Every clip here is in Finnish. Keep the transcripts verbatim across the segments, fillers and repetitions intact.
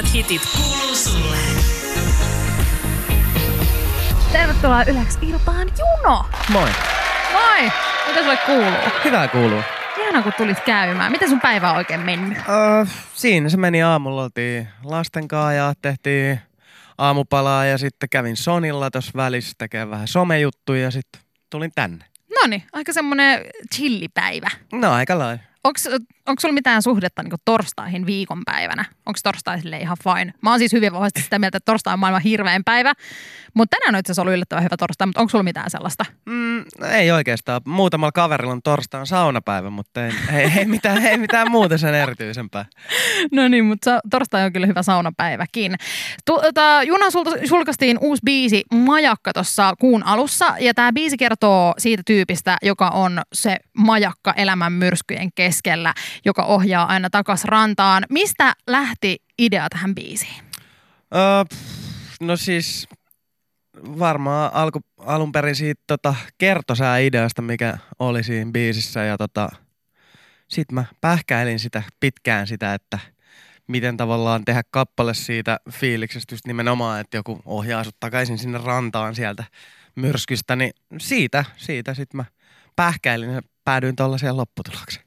Uusimmat hitit kuuluu sulle. Tervetuloa Yleksi iltaan, Juno! Moi. Moi! Mitä sulle kuuluu? Hyvää kuuluu. Ihana, kun tulit käymään. Miten sun päivä on oikein mennyt? Uh, siinä se meni aamulla. Oltiin lasten kanssa ja tehtiin aamupalaa ja sitten kävin Sonilla tuossa välissä tekemään vähän somejuttuja ja sitten tulin tänne. Noniin, aika semmonen chillipäivä. No aika lailla. Onks, onko sulla mitään suhdetta niin torstaihin viikonpäivänä? Onko torstai sille ihan fine? Mä oon siis hyvin vahvasti sitä mieltä, että torstai on maailman hirvein päivä. Mutta tänään on itse asiassa ollut yllättävän hyvä torstai, mutta onko sulla mitään sellaista? Mm, ei oikeastaan. Muutamalla kaverilla on torstain saunapäivä, mutta ei, ei, ei, mitään, ei mitään muuta sen erityisempää. No niin, mutta torstai on kyllä hyvä saunapäiväkin. Tuota, Juna, sulta julkaistiin uusi biisi Majakka tuossa kuun alussa. Ja tämä biisi kertoo siitä tyypistä, joka on se majakka elämän myrskyjen keskellä, joka ohjaa aina takas rantaan. Mistä lähti idea tähän biisiin? Öö, no siis varmaan alku, alun perin siitä tota, kertosää-ideasta, mikä oli siinä biisissä. Ja tota, sit mä pähkäilin sitä pitkään sitä, että miten tavallaan tehdä kappale siitä fiiliksestä just nimenomaan, että joku ohjaa sut takaisin sinne rantaan sieltä myrskystä. Niin siitä, siitä sit mä pähkäilin ja päädyin tollaiseen lopputulokseen.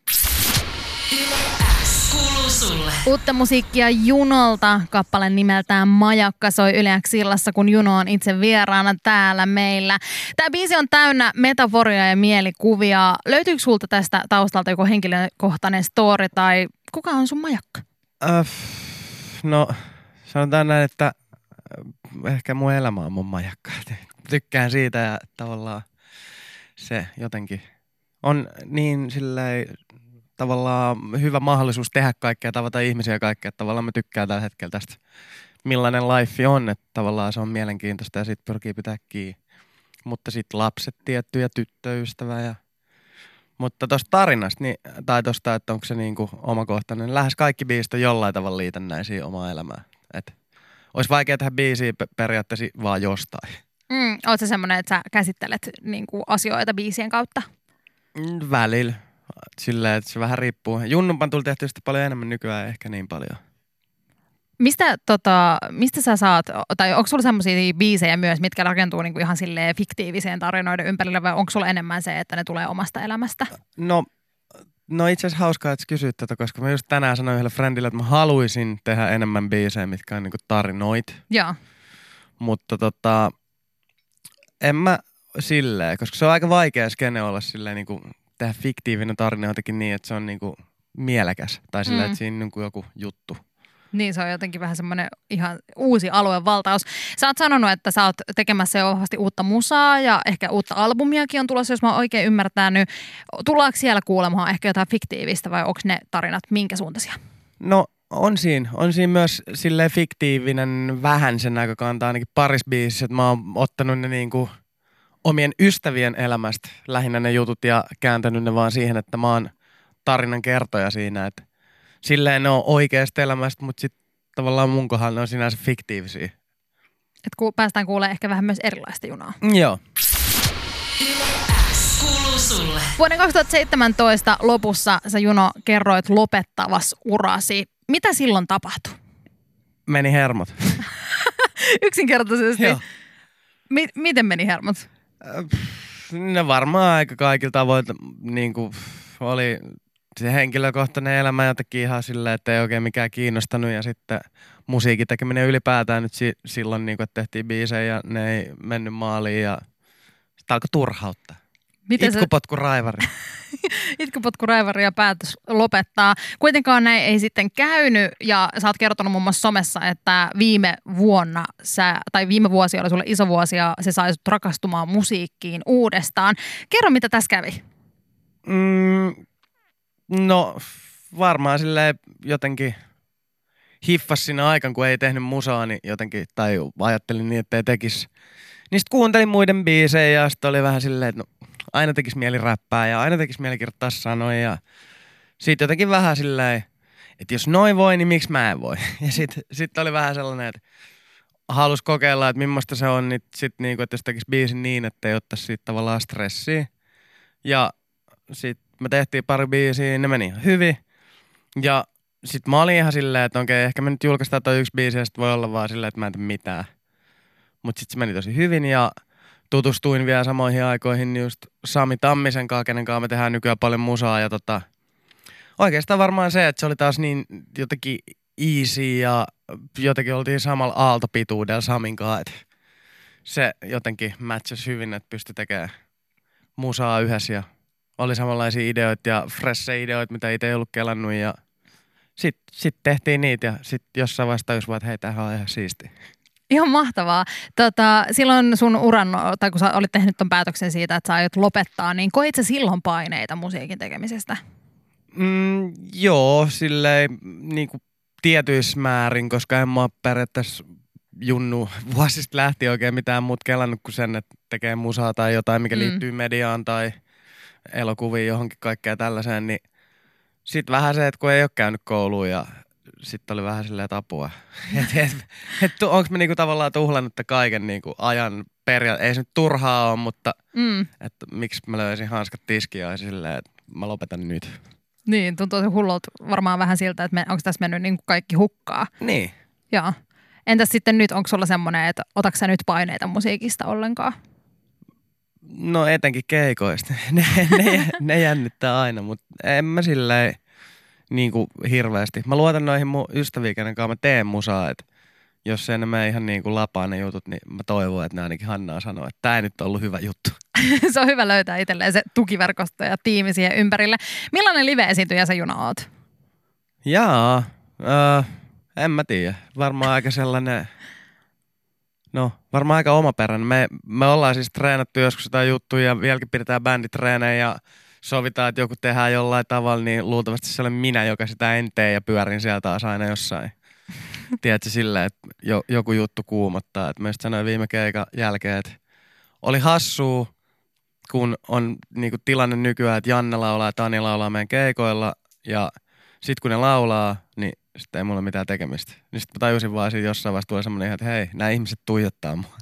Uutta musiikkia Junolta, kappale nimeltään Majakka soi Yle X illassa, kun Juno on itse vieraana täällä meillä. Tämä biisi on täynnä metaforia ja mielikuvia. Löytyykö sulta tästä taustalta joku henkilökohtainen story tai kuka on sun majakka? Öf, no sanotaan näin, että ehkä mun elämä on mun majakka. Tykkään siitä ja tavallaan se jotenkin on niin silleen tavallaan hyvä mahdollisuus tehdä kaikkea, tavata ihmisiä ja kaikkea. Tavallaan mä tykkään tällä hetkellä tästä, millainen life on, että tavallaan se on mielenkiintoista ja sit pyrkii pitää kiinni. Mutta sit lapset tietty ja tyttöystävä ja... Mutta tosta tarinasta, niin, tai tosta, että onko se niinku omakohtainen, lähes kaikki biisit on jollain tavalla liitännäisiä omaa elämää. Että olisi vaikea tehdä biisiä periaatteessa vaan jostain. Mm, oot sä semmonen, että sä käsittelet niinku asioita biisien kautta? Mm, välillä. Silleen, että se vähän riippuu. Junnumpan tuli tehty sitten paljon enemmän nykyään, ehkä niin paljon. Mistä, tota, mistä sä saat, tai onko sulla semmoisia biisejä myös, mitkä rakentuu niinku ihan silleen fiktiiviseen tarinoiden ympärille, vai onko sulla enemmän se, että ne tulee omasta elämästä? No, no itse asiassa hauskaa, että kysyt tätä, koska mä just tänään sanoin yhdelle friendille, että mä haluaisin tehdä enemmän biisejä, mitkä on niinku tarinoit. Joo. Mutta tota, en mä silleen, koska se on aika vaikea skene olla silleen niinku tehdä fiktiivinen tarina jotenkin niin, että se on niinku mielekäs. Tai sillä, mm. että siinä on niinku joku juttu. Niin, se on jotenkin vähän semmoinen ihan uusi aluevaltaus. Sä oot sanonut, että sä oot tekemässä jo vahvasti uutta musaa ja ehkä uutta albumiakin on tulossa, jos mä oon oikein ymmärtänyt. Tullaanko siellä kuulemaan ehkä jotain fiktiivistä vai onko ne tarinat minkä suuntaisia? No on siinä. On siinä myös silleen fiktiivinen vähän sen näkökanta ainakin parissa biisissä, että mä oon ottanut ne niinku omien ystävien elämästä lähinnä ne jutut ja kääntänyt ne vaan siihen, että mä oon tarinan kertoja siinä, että silleen ne on oikeasta elämästä, mutta sitten tavallaan mun kohdalla ne on sinänsä fiktiivisiä. Että ku, päästään kuulemaan ehkä vähän myös erilaista Junaa. Joo. Vuoden kaksituhattaseitsemäntoista lopussa sä Juno kerroit lopettavas urasi. Mitä silloin tapahtui? Meni hermot. Yksinkertaisesti. Joo. Mi- miten meni hermot? No varmaan aika kaikilla tavoin niin kuin oli se henkilökohtainen elämä jotenkin ihan silleen, että ei oikein mikään kiinnostanut ja sitten musiikin tekeminen ylipäätään nyt si- silloin, niin kuin, että tehtiin biisejä ja ne ei mennyt maaliin ja sitä alkoi turhauttaa. Itkupotku raivari. Itkupotku raivari ja päätös lopettaa. Kuitenkaan näin ei sitten käynyt ja sä oot kertonut muun muassa somessa, että viime vuonna sä, tai viime vuosi oli sulle iso vuosi ja se sai sut rakastumaan musiikkiin uudestaan. Kerro, mitä tässä kävi? Mm, no varmaan silleen jotenkin hiffas siinä aikaan, kun ei tehnyt musaa, niin jotenkin, tai ajattelin niin, että ei tekisi. Niin sit kuuntelin muiden biisejä ja sitten oli vähän silleen, että no, aina tekisi mieli räppää ja aina tekisi mieli kirjoittaa sanoja. Ja sit jotenkin vähän silleen, että jos noin voi, niin miksi mä en voi? Ja sit, sit oli vähän sellainen, että halus kokeilla, että millaista se on, niin sit niinku, että jos tekisi biisin niin, että ei ottaisi siitä tavallaan stressiä. Ja sit me tehtiin pari biisiä, ne meni ihan hyvin. Ja sit mä olin ihan silleen, että okei, ehkä me nyt julkaistaan toi yksi biisi ja sit voi olla vaan silleen, että mä en tee mitään. Mut sit se meni tosi hyvin ja tutustuin vielä samoihin aikoihin niin just Sami Tammisen kanssa, kenen kanssa me tehdään nykyään paljon musaa ja tota, oikeastaan varmaan se, että se oli taas niin jotenkin easy ja jotenkin oltiin samalla aaltopituudella Samin kanssa, että se jotenkin matchasi hyvin, että pystyi tekemään musaa yhdessä ja oli samanlaisia ideoita ja freshejä ideoita, mitä itse ei ollut kelannut ja sitten sit tehtiin niitä ja sitten jossain vaiheessa tajus vaan, että hei, tämähän on ihan siistiä. Ihan mahtavaa. Tota, silloin sun uran, tai kun sä olit tehnyt ton päätöksen siitä, että sä aiot lopettaa, niin koit sä silloin paineita musiikin tekemisestä? Mm, joo, silleen niin kuin tietyissä määrin, koska en mä ole periaatteessa junnu vuosista lähtien oikein mitään muut kelannut kuin sen, että tekee musaa tai jotain, mikä mm. liittyy mediaan tai elokuviin johonkin kaikkea tällaiseen, niin sitten vähän se, että kun ei ole käynyt kouluun ja sitten oli vähän silleen apua. Että et, et, onko me niinku tavallaan tuhlannut kaiken niinku ajan periaatteessa. Ei se nyt turhaa ole, mutta mm. että miksi mä löysin hanskat tiskiin ja silleen, että mä lopetan nyt. Niin, tuntuu se hullulta varmaan vähän siltä, että onko tässä mennyt niinku kaikki hukkaa. Niin. Joo. Entäs sitten nyt, onko sulla semmoinen, että otatko sä nyt paineita musiikista ollenkaan? No etenkin keikoista. Ne, ne, ne jännittää aina, mutta en mä silleen niin kuin hirveästi. Mä luotan noihin mun ystäviin, kenen kanssa mä teen musaa, että jos ei ne mene ihan niin kuin lapaa ne jutut, niin mä toivon, että ne ainakin Hannaa sanoo, että tää ei nyt ollut hyvä juttu. Se on hyvä löytää itselleen se tukiverkosto ja tiimi siihen ympärille. Millainen live-esiintyjä sä, Juna, oot? Jaa, äh, en mä tiedä. Varmaan aika sellainen, no varmaan aika omaperäinen. Me, me ollaan siis treenattu joskus jotain juttuja ja vieläkin pidetään bänditreenejä ja sovitaan, että joku tehdään jollain tavalla, niin luultavasti se olen minä, joka sitä en tee ja pyörin sieltä taas aina jossain. Tiedätkö silleen, että jo, joku juttu kuumottaa. Et mä just sanoin viime keikan jälkeen, että oli hassua, kun on niinku tilanne nykyään, että Janne laulaa ja Tani laulaa meidän keikoilla ja sit kun ne laulaa, niin sitten ei mulla mitään tekemistä. Niin sit mä tajusin vaan siitä jossain vaiheessa tulee semmonen, että hei, nämä ihmiset tuijottaa mua.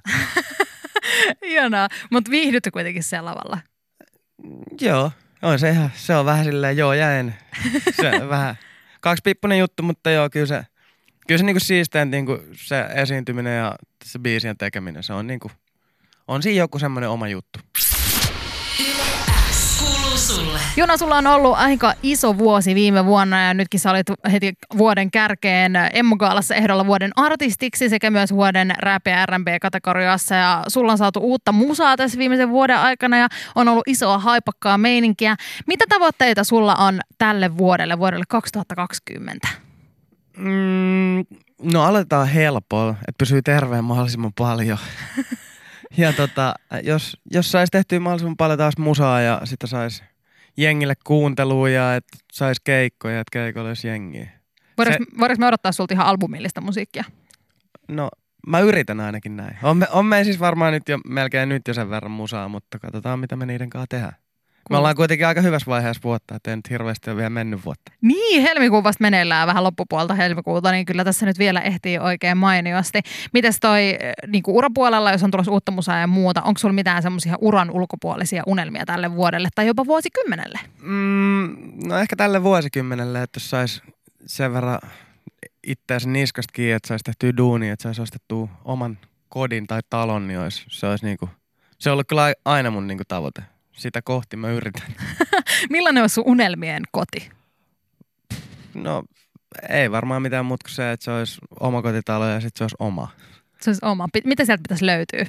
Ihanaa, mutta viihdytte kuitenkin siellä lavalla. Joo. On se ihan, se on vähän silleen joo ja en. Se on vähän kaksipippunen juttu, mutta joo, kyllä se, kyllä se niinku siisteen niinku se esiintyminen ja se biisien tekeminen, se on niinku, on siinä joku semmoinen oma juttu. Juna, sulla on ollut aika iso vuosi viime vuonna ja nytkin sä olit heti vuoden kärkeen Emmu-gaalassa ehdolla vuoden artistiksi sekä myös vuoden rap- ja R and B-kategoriassa. Ja sulla on saatu uutta musaa tässä viimeisen vuoden aikana ja on ollut isoa haipakkaa meininkiä. Mitä tavoitteita sulla on tälle vuodelle, vuodelle kaksituhattakaksikymmentä? Mm, no aloitetaan helpolla, että pysyy terveen mahdollisimman paljon. Ja tota, jos, jos saisi tehtyä mahdollisimman paljon taas musaa ja sitten saisi jengille kuuntelua ja että saisi keikkoja, että keikoilla olisi jengiä. Voidaanko, Se, voidaanko me odottaa sulta ihan albumillista musiikkia? No, mä yritän ainakin näin. On me, on me siis varmaan nyt jo melkein nyt jo sen verran musaa, mutta katsotaan mitä me niiden kanssa tehdään. Me ollaan kuitenkin aika hyvässä vaiheessa vuotta, ettei nyt hirveästi ole vielä mennyt vuotta. Niin, helmikuun vasta meneillään vähän loppupuolta helmikuuta, niin kyllä tässä nyt vielä ehtii oikein mainiosti. Mites toi niin kuin urapuolella, jos on tulossa uutta musaa ja muuta, onko sulla mitään semmoisia uran ulkopuolisia unelmia tälle vuodelle tai jopa vuosikymmenelle? Mm, no ehkä tälle vuosikymmenelle, että jos saisi sen verran itseänsä niskasta kiinni, että saisi tehtyä duunia, että saisi ostettua oman kodin tai talon, niin olisi, se olisi niinku, se on ollut kyllä aina mun niinku tavoite. Sitä kohti mä yritän. Millainen on sun unelmien koti? No ei varmaan mitään muuta kuin se, että se olisi oma kotitalo ja sitten se olisi oma. Se olisi oma. Mitä sieltä pitäisi löytyä?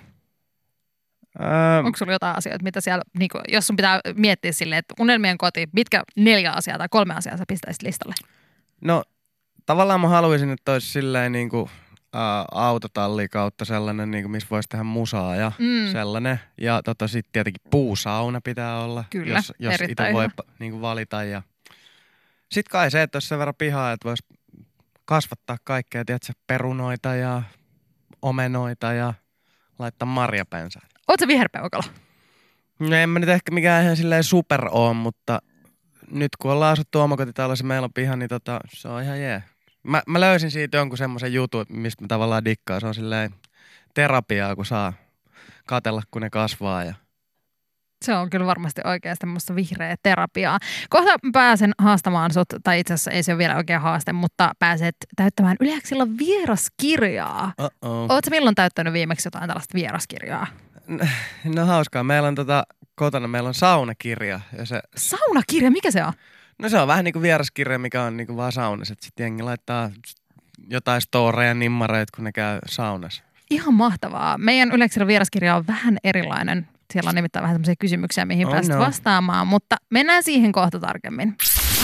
Öö, Onko sulla jotain asioita, mitä siellä, niin kuin, jos sun pitää miettiä silleen, että unelmien koti, mitkä neljä asiaa tai kolme asiaa sä pistäisit listalle? No tavallaan mä haluaisin, että olisi silleen niin kuin Ä, autotalli kautta sellainen, niin kuin, missä voisi tehdä musaa ja mm. sellainen. Ja tota, sitten tietenkin puusauna pitää olla, Kyllä, jos, jos itse voi niin kuin, valita. Ja sitten kai se, että olisi sen verran pihaa, että voisi kasvattaa kaikkea, tiedätkö, perunoita ja omenoita ja laittaa marjapensään. Oot sä viherpeukalo? No en mä nyt ehkä mikään ihan silleen super on, mutta nyt kun ollaan asuttu omakotitalossa ja meillä on piha, niin tota, se on ihan jee. Mä, mä löysin siitä jonkun semmoisen jutun, mistä mä tavallaan dikkaan. Se on silleen terapiaa, kun saa katsella, kun ne kasvaa. Ja Se on kyllä varmasti oikeasti semmoista vihreä terapiaa. Kohta pääsen haastamaan sut, tai itse asiassa ei se ole vielä oikea haaste, mutta pääset täyttämään Yle X:llä vieraskirjaa. Uh-oh. Ootko milloin täyttänyt viimeksi jotain tällaista vieraskirjaa? No, no hauskaa. Meillä on tota, kotona meillä on saunakirja. Ja se, Saunakirja? Mikä se on? no se on vähän niin kuin vieraskirja, mikä on niin kuin vaan saunassa. Sitten jengi laittaa jotain storeja, nimmareita, kun ne käy saunassa. Ihan mahtavaa. Meidän Yle X:llä vieraskirja on vähän erilainen. Siellä on nimittäin vähän sellaisia kysymyksiä, mihin Oh pääset no. vastaamaan, mutta mennään siihen kohta tarkemmin.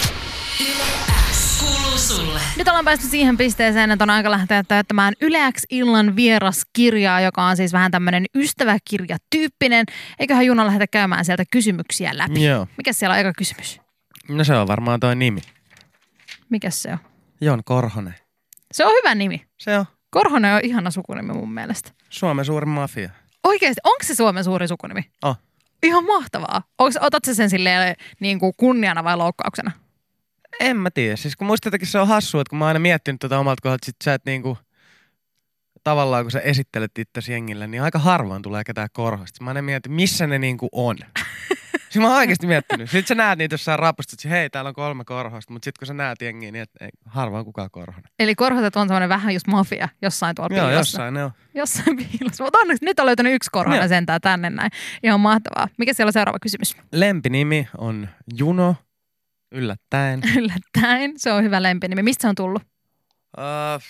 Kuuluu sulle. Nyt ollaan päästy siihen pisteeseen, että on aika lähteä täyttämään Yle X-illan vieraskirjaa, joka on siis vähän tämmöinen ystäväkirjatyyppinen. Eiköhän Juno lähdetä käymään sieltä kysymyksiä läpi. Joo. Mikäs siellä on eka kysymys? No se on varmaan toi nimi. Mikäs se on? Jon Korhonen. Se on hyvä nimi. Se on Korhonen on ihana sukunimi mun mielestä. Suomen suurin mafia. Oikeesti, onko se Suomen suuri sukunimi? Oh. Ihan mahtavaa. Onks, otat sä sen silleen niin kuin kunniana vai loukkauksena? En mä tiedä. Siis kun musta jotenkin se on hassua, että kun mä oon aina miettinyt tuota omalta kohdalta, sit sä et niinku, tavallaan kun sä esittelet itse jengille, niin aika harvoin tulee ketään Korhosta. Mä aina mietin, missä ne niinku on. Siis mä oon oikeesti miettinyt. Sitten sä näet niitä jossain rapusta, että hei, täällä on kolme Korhosta, mutta sitten kun sä näet jengiä, niin et, ei, harvoin kukaan Korhonen. Eli Korhoset on semmoinen vähän just mafia jossain tuolla Joo, piilossa. jossain ne on. Jossain piilossa. Mutta onneksi nyt on löytänyt yksi Korhonen Joo. sentään tänne näin. Ihan mahtavaa. Mikä siellä on seuraava kysymys? Lempinimi on Juno, yllättäen. Yllättäen. Se on hyvä lempinimi. Mistä se on tullut? Uh,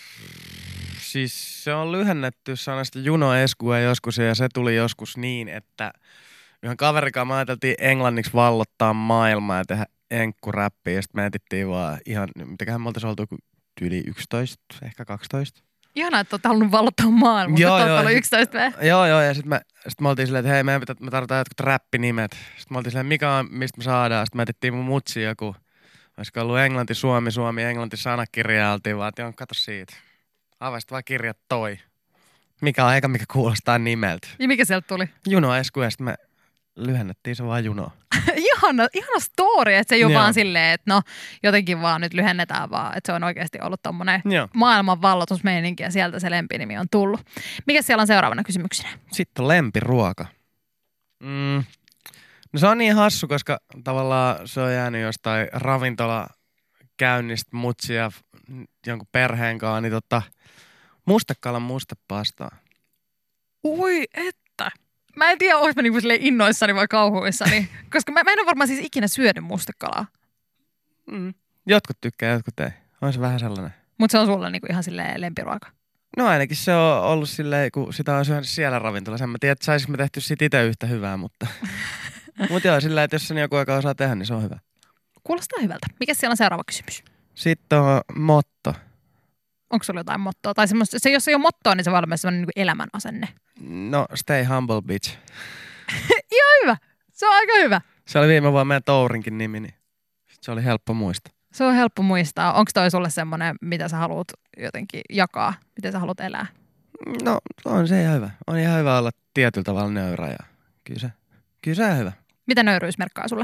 siis se on lyhennetty sanasta Juno Eskue joskus ja se tuli joskus niin, että yhden kaverikaan me ajateltiin englanniksi vallottaa maailmaa ja tehdä enkkuräppiä ja sitten me etittiin vaan ihan, mitäköhän me oltaisiin oltu yli yksitoista, ehkä kaksitoista. Ihanaa, että olet halunnut vallottaa maailmaa, Joo, mutta joo, olet ollut ja yksitoista V. Joo, joo, ja sitten me, sit me oltiin silleen, että hei, meidän pitää, me tarvitaan jotkut räppinimet. Sitten me oltiin silleen, mikä on, mistä me saadaan. Sitten me etittiin mun mutsi joku, olisiko ollut englanti, suomi, suomi, englanti sanakirja, oltiin vaan, että joo, kato siitä. Avasit vaan kirjat toi. Mikä on eka, mikä kuulostaa nimeltä. Ja mikä sieltä tuli? Juno Esku, ja sitten me lyhennettiin se vaan Juno. ihana, ihana story, että se ei ole Joo. vaan silleen, että no jotenkin vaan nyt lyhennetään vaan, että se on oikeasti ollut tommonen Joo. maailman valloitusmeininki ja sieltä se lempinimi on tullut. Mikä siellä on seuraavana kysymyksenä? Sitten on lempiruoka. Mm. No se on niin hassu, koska tavallaan se on jäänyt jostain ravintolakäynnistä mutsia jonkun perheen kanssa, niin tota, mustekalan mustepastaa. Ui, että. Mä en tiedä, olis mä niinku silleen innoissani vai kauhuissani, koska mä, mä en ole varmaan siis ikinä syönyt mustekalaa. Mm. Jotkut tykkää, jotkut ei. On se vähän sellainen. Mutta se on sulle niinku ihan silleen lempiruoka. No ainakin se on ollut silleen, kun sitä on syönyt siellä ravintolassa. En mä tiedä, että saisinko me tehty siitä itse yhtä hyvää, mutta... Mutta joo, sillä että jos sen joku aika osaa tehdä, niin se on hyvä. Kuulostaa hyvältä. Mikä siellä on seuraava kysymys? Sitten on motto. Onko sulla jotain mottoa? Tai semmoista, se, jos ei ole mottoa, niin se voi olla myös semmoinen niin elämän asenne. No, stay humble, bitch. Ihan hyvä. Se on aika hyvä. Se oli viime vuonna meidän tourinkin nimi, niin se oli helppo muistaa. Se on helppo muistaa. Onko toi sulle semmoinen, mitä sä haluat jotenkin jakaa? Miten sä haluat elää? No, on se ihan hyvä. On ihan hyvä olla tietyllä tavalla nöyrä ja kyllä se, kyllä se on hyvä. Mitä nöyryys merkkaa sulle?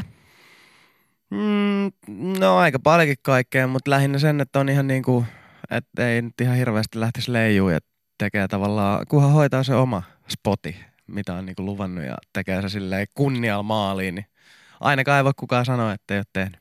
Mm, no aika paljonkin kaikkea, mutta lähinnä sen, että on ihan niinku, että ei nyt ihan hirveästi lähtisi leijuun ja tekee tavallaan, kunhan hoitaa se oma spoti, mitä on niinku luvannut ja tekee se silleen kunnialla maaliin, niin ainakaan ei voi kukaan sanoa, että ei ole tehnyt.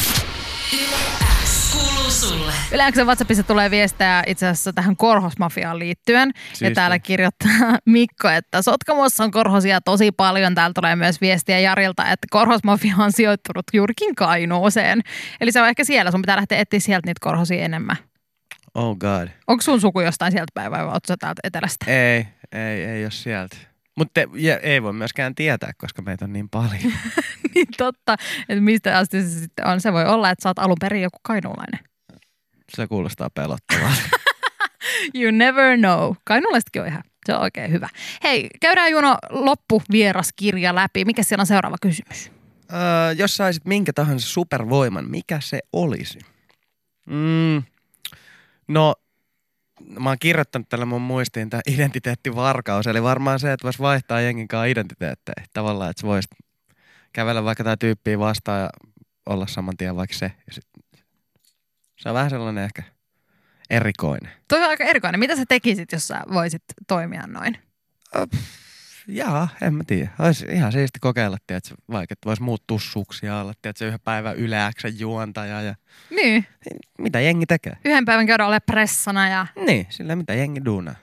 Kuuluu sulle. Yleensä WhatsAppissa tulee viestejä itse asiassa tähän Korhosmafiaan liittyen. Siistiä. Ja täällä kirjoittaa Mikko, että Sotkamossa on korhosia tosi paljon. Täällä tulee myös viestiä Jarilta, että Korhosmafia on sijoittunut juurikin Kainuuseen. Eli se on ehkä siellä. Sun pitää lähteä etsiä sieltä niitä korhosia enemmän. Oh god. Onko sun suku jostain sieltä päin vai ootko sä täältä etelästä? Ei, ei, ei ole sieltä. Mutta ei voi myöskään tietää, koska meitä on niin paljon. Niin totta, että mistä asti se sitten on. Se voi olla, että sä oot alun perin joku kainuulainen. Se kuulostaa pelottavalta. You never know. Kainuulaisetkin on ihan, se on oikein hyvä. Hei, käydään Juno loppuvieraskirja läpi. Mikä siellä on seuraava kysymys? öö, jos saisit minkä tahansa supervoiman, mikä se olisi? Mm, no, mä oon kirjoittanut tällä mun muistiin tämä identiteettivarkaus. Eli varmaan se, että vois vaihtaa jengin kanssa identiteettejä. Tavallaan, että sä voisit kävellä vaikka tää tyyppiä vastaan ja olla saman tien vaikka se. Ja sit, se on vähän sellainen ehkä erikoinen. Toi on aika erikoinen. Mitä sä tekisit, jos sä voisit toimia noin? Jaa, en mä tiedä. Olisi ihan siisti kokeilla, että vaikka että voisi muut tussuksia olla, että yhden päivän Yle X:n juontaja ja Niin. mitä jengi tekee. Yhden päivän käydä ole pressana ja... Niin, sillä mitä jengi duunaa.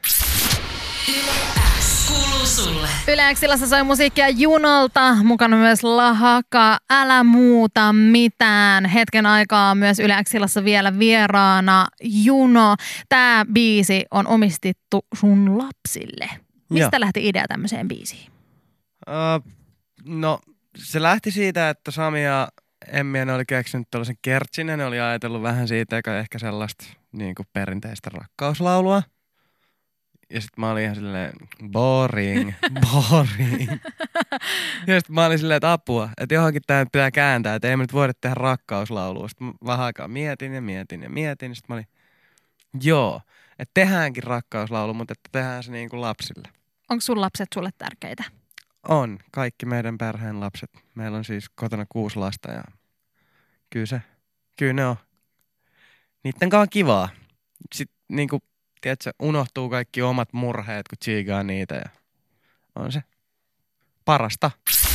Yle X:ssä soi musiikkia Junolta, mukana myös Lahaka, Älä muuta mitään. Hetken aikaa myös Yle X:ssä vielä vieraana Juno. Tää biisi on omistettu sun lapsille. Mistä Joo. lähti idea tämmöiseen biisiin? Uh, no se lähti siitä, että Sami ja Emmi oli keksinyt tällaisen kertsin. Ne oli ajatellut vähän siitä, eikä ehkä sellaista niin kuin perinteistä rakkauslaulua. Ja sit mä olin ihan silleen, boring, boring. Ja sit mä olin silleen, että apua, että johonkin tää nyt pitää kääntää, että ei me nyt voida tehdä rakkauslaulua. Sitten mä vähän aikaa mietin ja mietin ja mietin. Sitten mä olin, joo, että tehdäänkin rakkauslaulu, mutta että tehdään se niin kuin lapsille. Onko sun lapset sulle tärkeitä? On, kaikki meidän perheen lapset. Meillä on siis kotona kuusi lasta ja kyllä se, kyllä ne on. Niitten kanssa on kivaa. Sitten niinku, tiedätkö, unohtuu kaikki omat murheet, kun tsiigaa niitä ja on se parasta.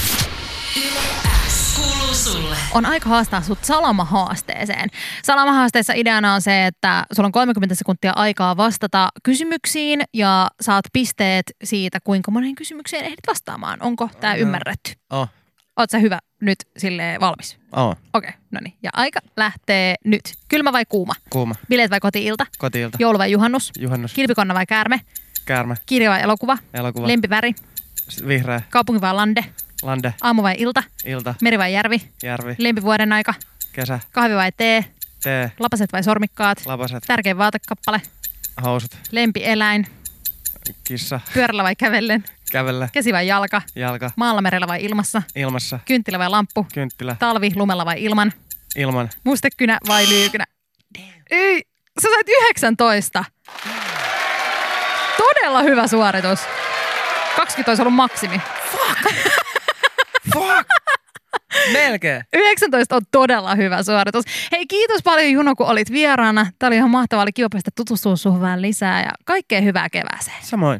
On aika haastaa sut Salama-haasteeseen. Salama-haasteessa ideana on se, että sulla on kolmekymmentä sekuntia aikaa vastata kysymyksiin ja saat pisteet siitä, kuinka moneen kysymykseen ehdit vastaamaan. Onko tää no. ymmärretty? Oh. Oot sä hyvä nyt silleen valmis? Oh. Okei, okay, no niin. Ja aika lähtee nyt. Kylmä vai kuuma? Kuuma. Bileet vai koti-ilta? Koti-ilta. Joulu vai juhannus? Juhannus. Kilpikonna vai käärme? Käärme. Kirja vai elokuva? Elokuva. Lempiväri? Vihreä. Kaupunki vai lande? Lande. Aamu vai ilta? Ilta. Meri vai järvi? Järvi. Lempivuoden aika? Kesä. Kahvi vai tee? Tee. Lapaset vai sormikkaat? Lapaset. Tärkein vaatekappale? Housut. Lempieläin? Kissa. Pyörällä vai kävellen? Kävellä. Käsi vai jalka? Jalka. Maalla, merellä vai ilmassa? Ilmassa. Kynttilä vai lamppu? Kynttilä. Talvi, lumella vai ilman? Ilman. Mustekynä vai lyykynä? Ei, sä sait yhdeksäntoista. Todella hyvä suoritus. kaksikymmentä olisi ollut maksimi. Fuck! Fuck! Melkein. yhdeksäntoista on todella hyvä suoritus. Hei, kiitos paljon Juno, kun olit vieraana. Tämä oli ihan mahtavaa. Oli kiva päästä tutustua suhun vähän lisää ja kaikkea hyvää kevääseen. Samoin.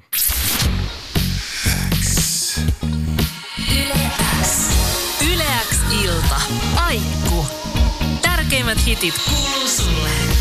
Yle X. Yle X ilta. Aikku. Tärkeimmät hitit kuuluu sulle.